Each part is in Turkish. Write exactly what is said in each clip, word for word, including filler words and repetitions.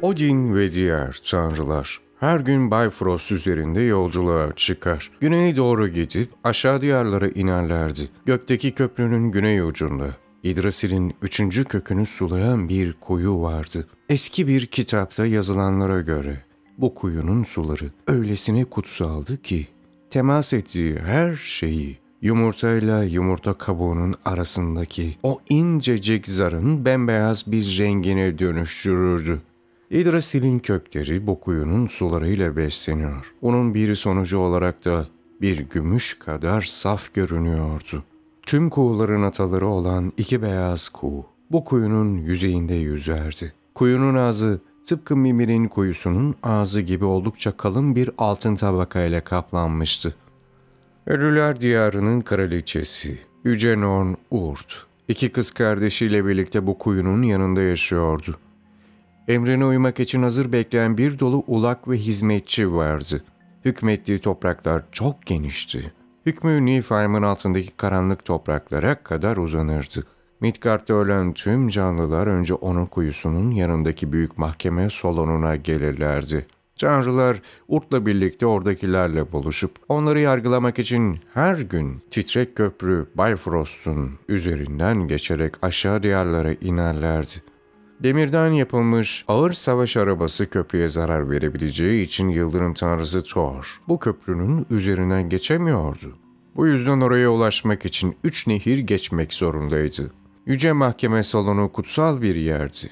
Odin ve diğer tanrılar her gün Bifrost üzerinde yolculuğa çıkar. Güneye doğru gidip aşağı diyarlara inerlerdi. Gökteki köprünün güney ucunda Yggdrasil'in üçüncü kökünü sulayan bir kuyu vardı. Eski bir kitapta yazılanlara göre bu kuyunun suları öylesine kutsaldı ki temas ettiği her şeyi yumurtayla yumurta kabuğunun arasındaki o incecik zarın bembeyaz bir rengine dönüştürürdü. Yggdrasil'in kökleri bu kuyunun sularıyla besleniyor. Onun bir sonucu olarak da bir gümüş kadar saf görünüyordu. Tüm kuğuların ataları olan iki beyaz kuğu bu kuyunun yüzeyinde yüzerdi. Kuyunun ağzı tıpkı Mimir'in kuyusunun ağzı gibi oldukça kalın bir altın tabakayla kaplanmıştı. Ölüler diyarının kraliçesi Yüce Norn Urt, iki kız kardeşiyle birlikte bu kuyunun yanında yaşıyordu. Emrine uymak için hazır bekleyen bir dolu ulak ve hizmetçi vardı. Hükmettiği topraklar çok genişti. Hükmü Niflheim'in altındaki karanlık topraklara kadar uzanırdı. Midgard'da ölen tüm canlılar önce onun kuyusunun yanındaki büyük mahkeme salonuna gelirlerdi. Tanrılar Urt'la birlikte oradakilerle buluşup onları yargılamak için her gün titrek köprü Bifrost'un üzerinden geçerek aşağı diyarlara inerlerdi. Demirden yapılmış ağır savaş arabası köprüye zarar verebileceği için yıldırım tanrısı Thor bu köprünün üzerinden geçemiyordu. Bu yüzden oraya ulaşmak için üç nehir geçmek zorundaydı. Yüce Mahkeme Salonu kutsal bir yerdi.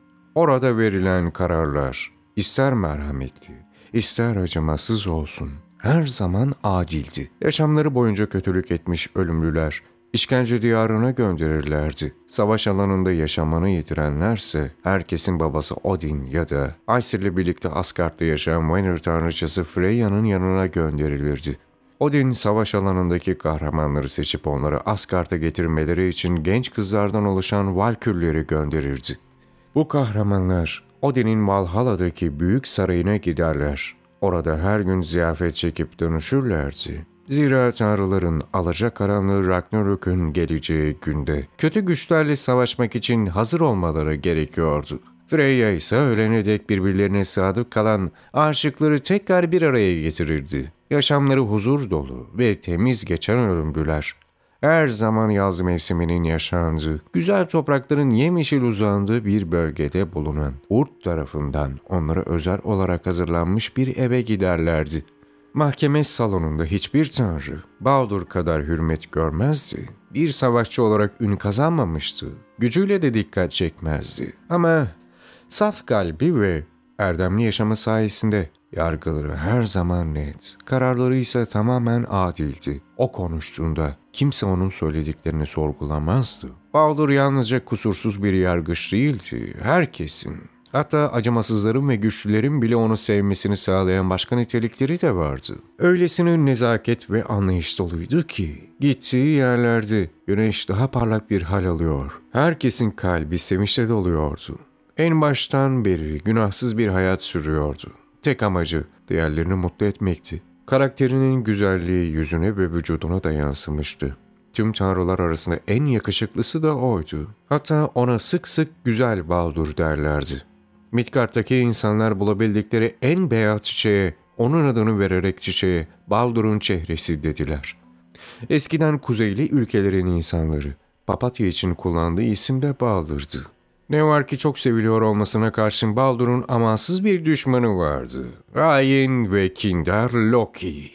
Orada verilen kararlar ister merhametli, ister acımasız olsun her zaman adildi. Yaşamları boyunca kötülük etmiş ölümlüler İşkence diyarına gönderirlerdi. Savaş alanında yaşamını yitirenlerse herkesin babası Odin ya da Aesir'le birlikte Asgard'da yaşayan Vanir tanrıçası Freya'nın yanına gönderilirdi. Odin savaş alanındaki kahramanları seçip onları Asgard'a getirmeleri için genç kızlardan oluşan Valkürleri gönderirdi. Bu kahramanlar Odin'in Valhalla'daki büyük sarayına giderler. Orada her gün ziyafet çekip dönüşürlerdi. Zira tanrıların alacakaranlığı Ragnarök'ün geleceği günde kötü güçlerle savaşmak için hazır olmaları gerekiyordu. Freya ise ölene dek birbirlerine sadık kalan aşıkları tekrar bir araya getirirdi. Yaşamları huzur dolu ve temiz geçen ölümlüler her zaman yaz mevsiminin yaşandığı, güzel toprakların yemyeşil uzandığı bir bölgede bulunan Urt tarafından onlara özel olarak hazırlanmış bir eve giderlerdi. Mahkeme salonunda hiçbir tanrı Baldur kadar hürmet görmezdi. Bir savaşçı olarak ün kazanmamıştı. Gücüyle de dikkat çekmezdi. Ama saf kalbi ve erdemli yaşamı sayesinde yargıları her zaman net, kararları ise tamamen adildi. O konuştuğunda kimse onun söylediklerini sorgulamazdı. Baldur yalnızca kusursuz bir yargıç değildi, herkesin. Hatta acımasızların ve güçlülerin bile onu sevmesini sağlayan başka nitelikleri de vardı. Öylesine nezaket ve anlayış doluydu ki, gittiği yerlerde güneş daha parlak bir hal alıyor. Herkesin kalbi sevinçle doluyordu. En baştan beri günahsız bir hayat sürüyordu. Tek amacı diğerlerini mutlu etmekti. Karakterinin güzelliği yüzüne ve vücuduna da yansımıştı. Tüm tanrılar arasında en yakışıklısı da oydu. Hatta ona sık sık güzel Baldur derlerdi. Midgard'daki insanlar bulabildikleri en beyaz çiçeğe, onun adını vererek çiçeğe Baldur'un çehresi dediler. Eskiden kuzeyli ülkelerin insanları papatya için kullandığı isim de Baldur'du. Ne var ki çok seviliyor olmasına karşın Baldur'un amansız bir düşmanı vardı. Hain ve kindar Loki.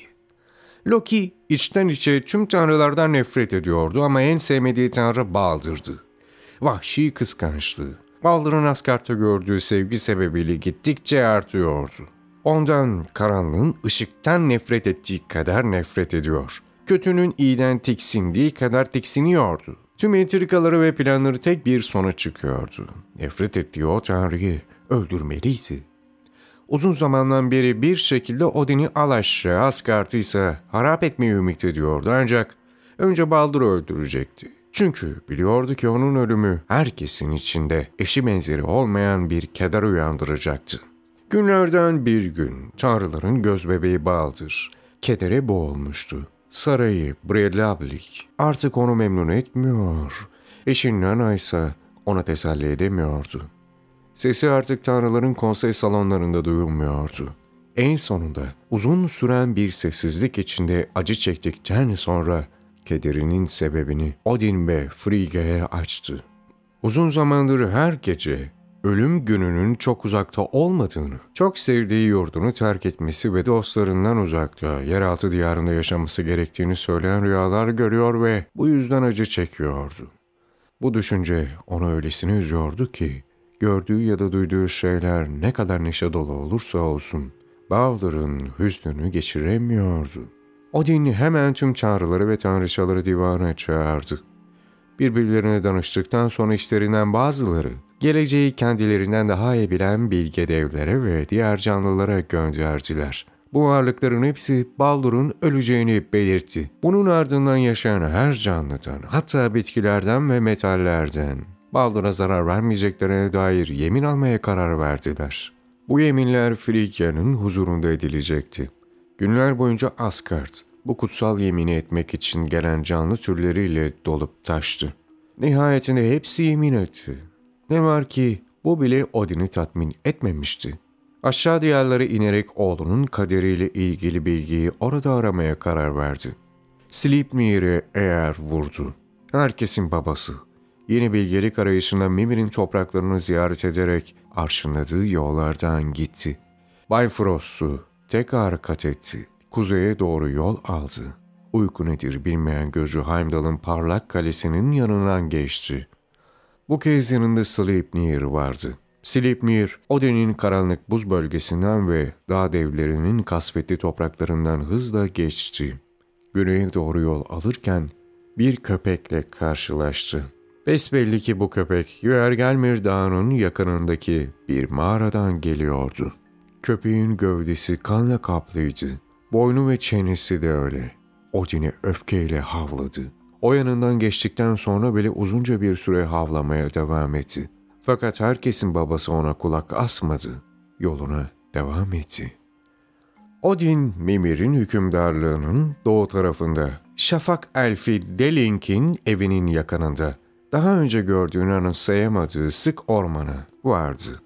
Loki içten içe tüm tanrılardan nefret ediyordu ama en sevmediği tanrı Baldur'du. Vahşi kıskançlığı, Baldur'un Asgard'da gördüğü sevgi sebebiyle gittikçe artıyordu. Ondan karanlığın ışıktan nefret ettiği kadar nefret ediyor. Kötünün iyiden tiksindiği kadar tiksiniyordu. Tüm entrikaları ve planları tek bir sona çıkıyordu. Nefret ettiği o tanrıyı öldürmeliydi. Uzun zamandan beri bir şekilde Odin'i al aşağı, Asgard'ı ise harap etmeyi ümit ediyordu ancak önce Baldur'u öldürecekti. Çünkü biliyordu ki onun ölümü herkesin içinde eşi benzeri olmayan bir keder uyandıracaktı. Günlerden bir gün tanrıların gözbebeği Baldur kedere boğulmuştu. Sarayı Breidablik artık onu memnun etmiyor. Eşi Nanna ise ona teselli edemiyordu. Sesi artık tanrıların konsey salonlarında duyulmuyordu. En sonunda uzun süren bir sessizlik içinde acı çektikten sonra kederinin sebebini Odin ve Frigge'ye açtı. Uzun zamandır her gece ölüm gününün çok uzakta olmadığını, çok sevdiği yurdunu terk etmesi ve dostlarından uzakta, yeraltı diyarında yaşaması gerektiğini söyleyen rüyalar görüyor ve bu yüzden acı çekiyordu. Bu düşünce onu öylesine üzüyordu ki, gördüğü ya da duyduğu şeyler ne kadar neşe dolu olursa olsun, Baldur'un hüznünü geçiremiyordu. Odin hemen tüm tanrıları ve tanrıçaları divana çağırdı. Birbirlerine danıştıktan sonra işlerinden bazıları, geleceği kendilerinden daha iyi bilen bilge devlere ve diğer canlılara gönderdiler. Bu varlıkların hepsi Baldur'un öleceğini belirtti. Bunun ardından yaşayan her canlıdan, hatta bitkilerden ve metallerden, Baldur'a zarar vermeyeceklerine dair yemin almaya karar verdiler. Bu yeminler Frigge'nin huzurunda edilecekti. Günler boyunca Asgard, bu kutsal yemini etmek için gelen canlı türleriyle dolup taştı. Nihayetinde hepsi yemin etti. Ne var ki bu bile Odin'i tatmin etmemişti. Aşağı diyarlara inerek oğlunun kaderiyle ilgili bilgiyi orada aramaya karar verdi. Sleipnir'e eğer vurdu. Herkesin babası. Yeni bilgelik arayışında Mimir'in topraklarını ziyaret ederek arşınladığı yollardan gitti. Bifrost'u tekrar kat etti. Kuzeye doğru yol aldı. Uyku nedir bilmeyen gözü Heimdall'ın parlak kalesinin yanından geçti. Bu kez yanında Sleipnir vardı. Sleipnir, Odin'in karanlık buz bölgesinden ve dağ devlerinin kasvetli topraklarından hızla geçti. Güneye doğru yol alırken bir köpekle karşılaştı. Besbelli ki bu köpek Yörgelmir Dağı'nın yakınındaki bir mağaradan geliyordu. Köpeğin gövdesi kanla kaplıydı. Boynu ve çenesi de öyle. Odin'e öfkeyle havladı. O yanından geçtikten sonra bile uzunca bir süre havlamaya devam etti. Fakat herkesin babası ona kulak asmadı. Yoluna devam etti. Odin, Mimir'in hükümdarlığının doğu tarafında, Şafak elfi Delink'in evinin yakınında, daha önce gördüğünü anımsayamadığı sık ormana vardı.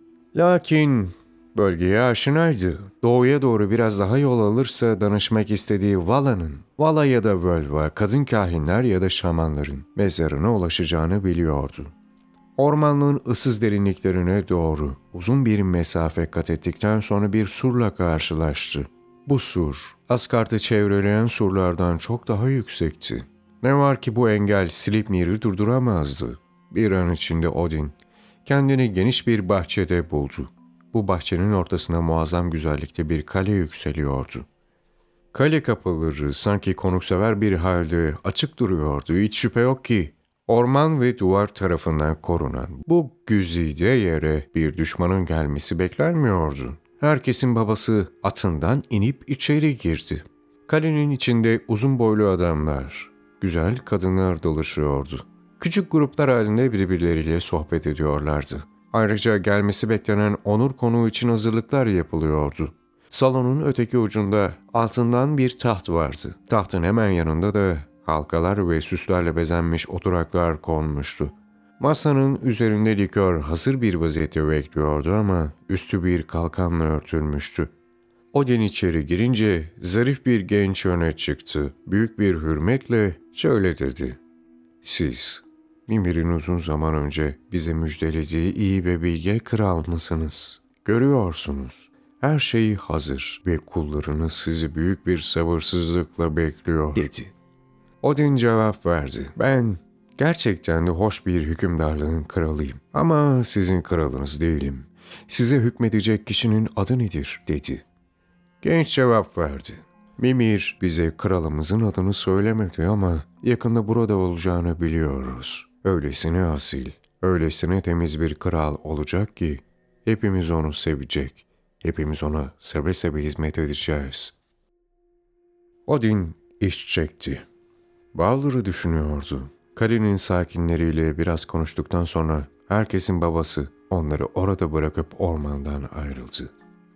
Lakin bölgeye aşinaydı. Doğuya doğru biraz daha yol alırsa danışmak istediği Vala'nın, Vala ya da Völva, kadın kahinler ya da şamanların mezarına ulaşacağını biliyordu. Ormanlığın ıssız derinliklerine doğru uzun bir mesafe kat ettikten sonra bir surla karşılaştı. Bu sur, Asgard'ı çevreleyen surlardan çok daha yüksekti. Ne var ki bu engel Sleipnir'i durduramazdı. Bir an içinde Odin kendini geniş bir bahçede buldu. Bu bahçenin ortasına muazzam güzellikte bir kale yükseliyordu. Kale kapıları sanki konuksever bir halde açık duruyordu. Hiç şüphe yok ki orman ve duvar tarafından korunan bu güzide yere bir düşmanın gelmesi beklenmiyordu. Herkesin babası atından inip içeri girdi. Kalenin içinde uzun boylu adamlar, güzel kadınlar dolaşıyordu. Küçük gruplar halinde birbirleriyle sohbet ediyorlardı. Ayrıca gelmesi beklenen onur konuğu için hazırlıklar yapılıyordu. Salonun öteki ucunda altından bir taht vardı. Tahtın hemen yanında da halkalar ve süslerle bezenmiş oturaklar konmuştu. Masanın üzerinde likör hazır bir vaziyette bekliyordu ama üstü bir kalkanla örtülmüştü. Odin içeri girince zarif bir genç öne çıktı. Büyük bir hürmetle şöyle dedi: "Siz, Mimir'in uzun zaman önce bize müjdelediği iyi ve bilge kral mısınız? Görüyorsunuz, her şey hazır ve kullarınız sizi büyük bir sabırsızlıkla bekliyor," dedi. Odin cevap verdi: "Ben gerçekten de hoş bir hükümdarlığın kralıyım ama sizin kralınız değilim. Size hükmedecek kişinin adı nedir?" dedi. Genç cevap verdi: "Mimir bize kralımızın adını söylemedi ama yakında burada olacağını biliyoruz. Öylesine asil, öylesine temiz bir kral olacak ki hepimiz onu sevecek, hepimiz ona seve seve hizmet edeceğiz." Odin iç çekti. Baldur'u düşünüyordu. Kalenin sakinleriyle biraz konuştuktan sonra herkesin babası onları orada bırakıp ormandan ayrıldı.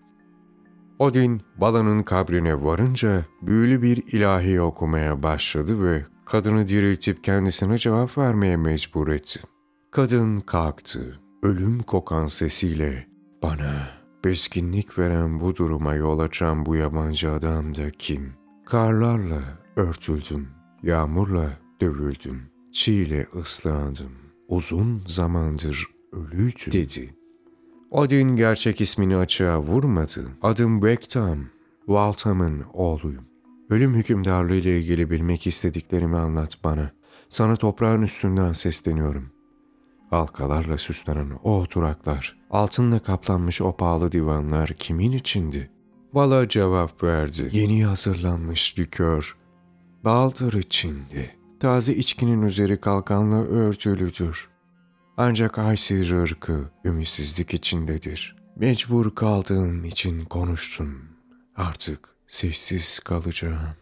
Odin, Vala'nın kabrine varınca büyülü bir ilahi okumaya başladı ve kadını diriltip kendisine cevap vermeye mecbur etti. Kadın kalktı. ölüm kokan sesiyle bana bezginlik veren bu duruma yol açan bu yabancı adam da kim? Karlarla örtüldüm, yağmurla dövüldüm, çiğle ıslandım, uzun zamandır ölüydüm dedi. Odin gerçek ismini açığa vurmadı. Adım Vegtam, Valtam'ın oğluyum. Ölüm hükümdarlığı ile ilgili bilmek istediklerimi anlat bana. Sana toprağın üstünden sesleniyorum. Halkalarla süslenen o oturaklar, altınla kaplanmış o pahalı divanlar kimin içindi? Vala cevap verdi. Yeni hazırlanmış likör, baldır içindi. Taze içkinin üzeri kalkanla örtülüdür. Ancak Aysir ırkı ümitsizlik içindedir. Mecbur kaldığım için konuştum. Artık sessiz kalacağım.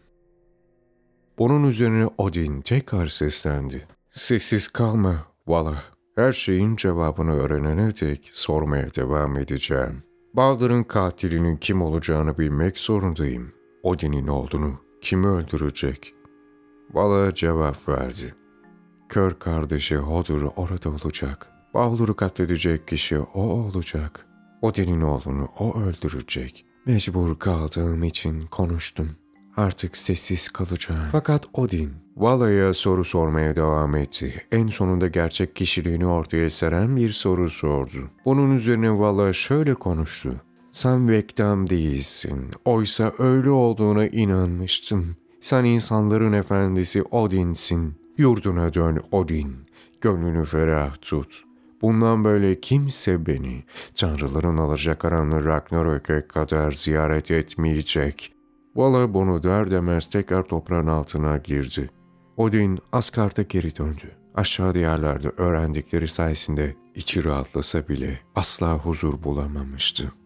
Bunun üzerine Odin tekrar seslendi. Sessiz kalma Vala. Her şeyin cevabını öğrenene dek sormaya devam edeceğim. Baldır'ın katilinin kim olacağını bilmek zorundayım. Odin'in olduğunu kim öldürecek? Vala cevap verdi. Kör kardeşi Hodur orada olacak. Baldur'u katledecek kişi o olacak. Odin'in oğlunu o öldürecek. Mecbur kaldığım için konuştum. Artık sessiz kalacağım. Fakat Odin, Vala'ya soru sormaya devam etti. En sonunda gerçek kişiliğini ortaya seren bir soru sordu. Bunun üzerine Vala şöyle konuştu. Sen Vegtam değilsin. Oysa öyle olduğuna inanmıştım. Sen insanların efendisi Odin'sin. Yurduna dön Odin. Gönlünü ferah tut. Bundan böyle kimse beni tanrıların alacakaranlığı Ragnarök'e kadar ziyaret etmeyecek. Vala bunu der demez tekrar toprağın altına girdi. Odin Asgard'a geri döndü. Aşağı diyarlarda öğrendikleri sayesinde içi rahatlasa bile asla huzur bulamamıştı.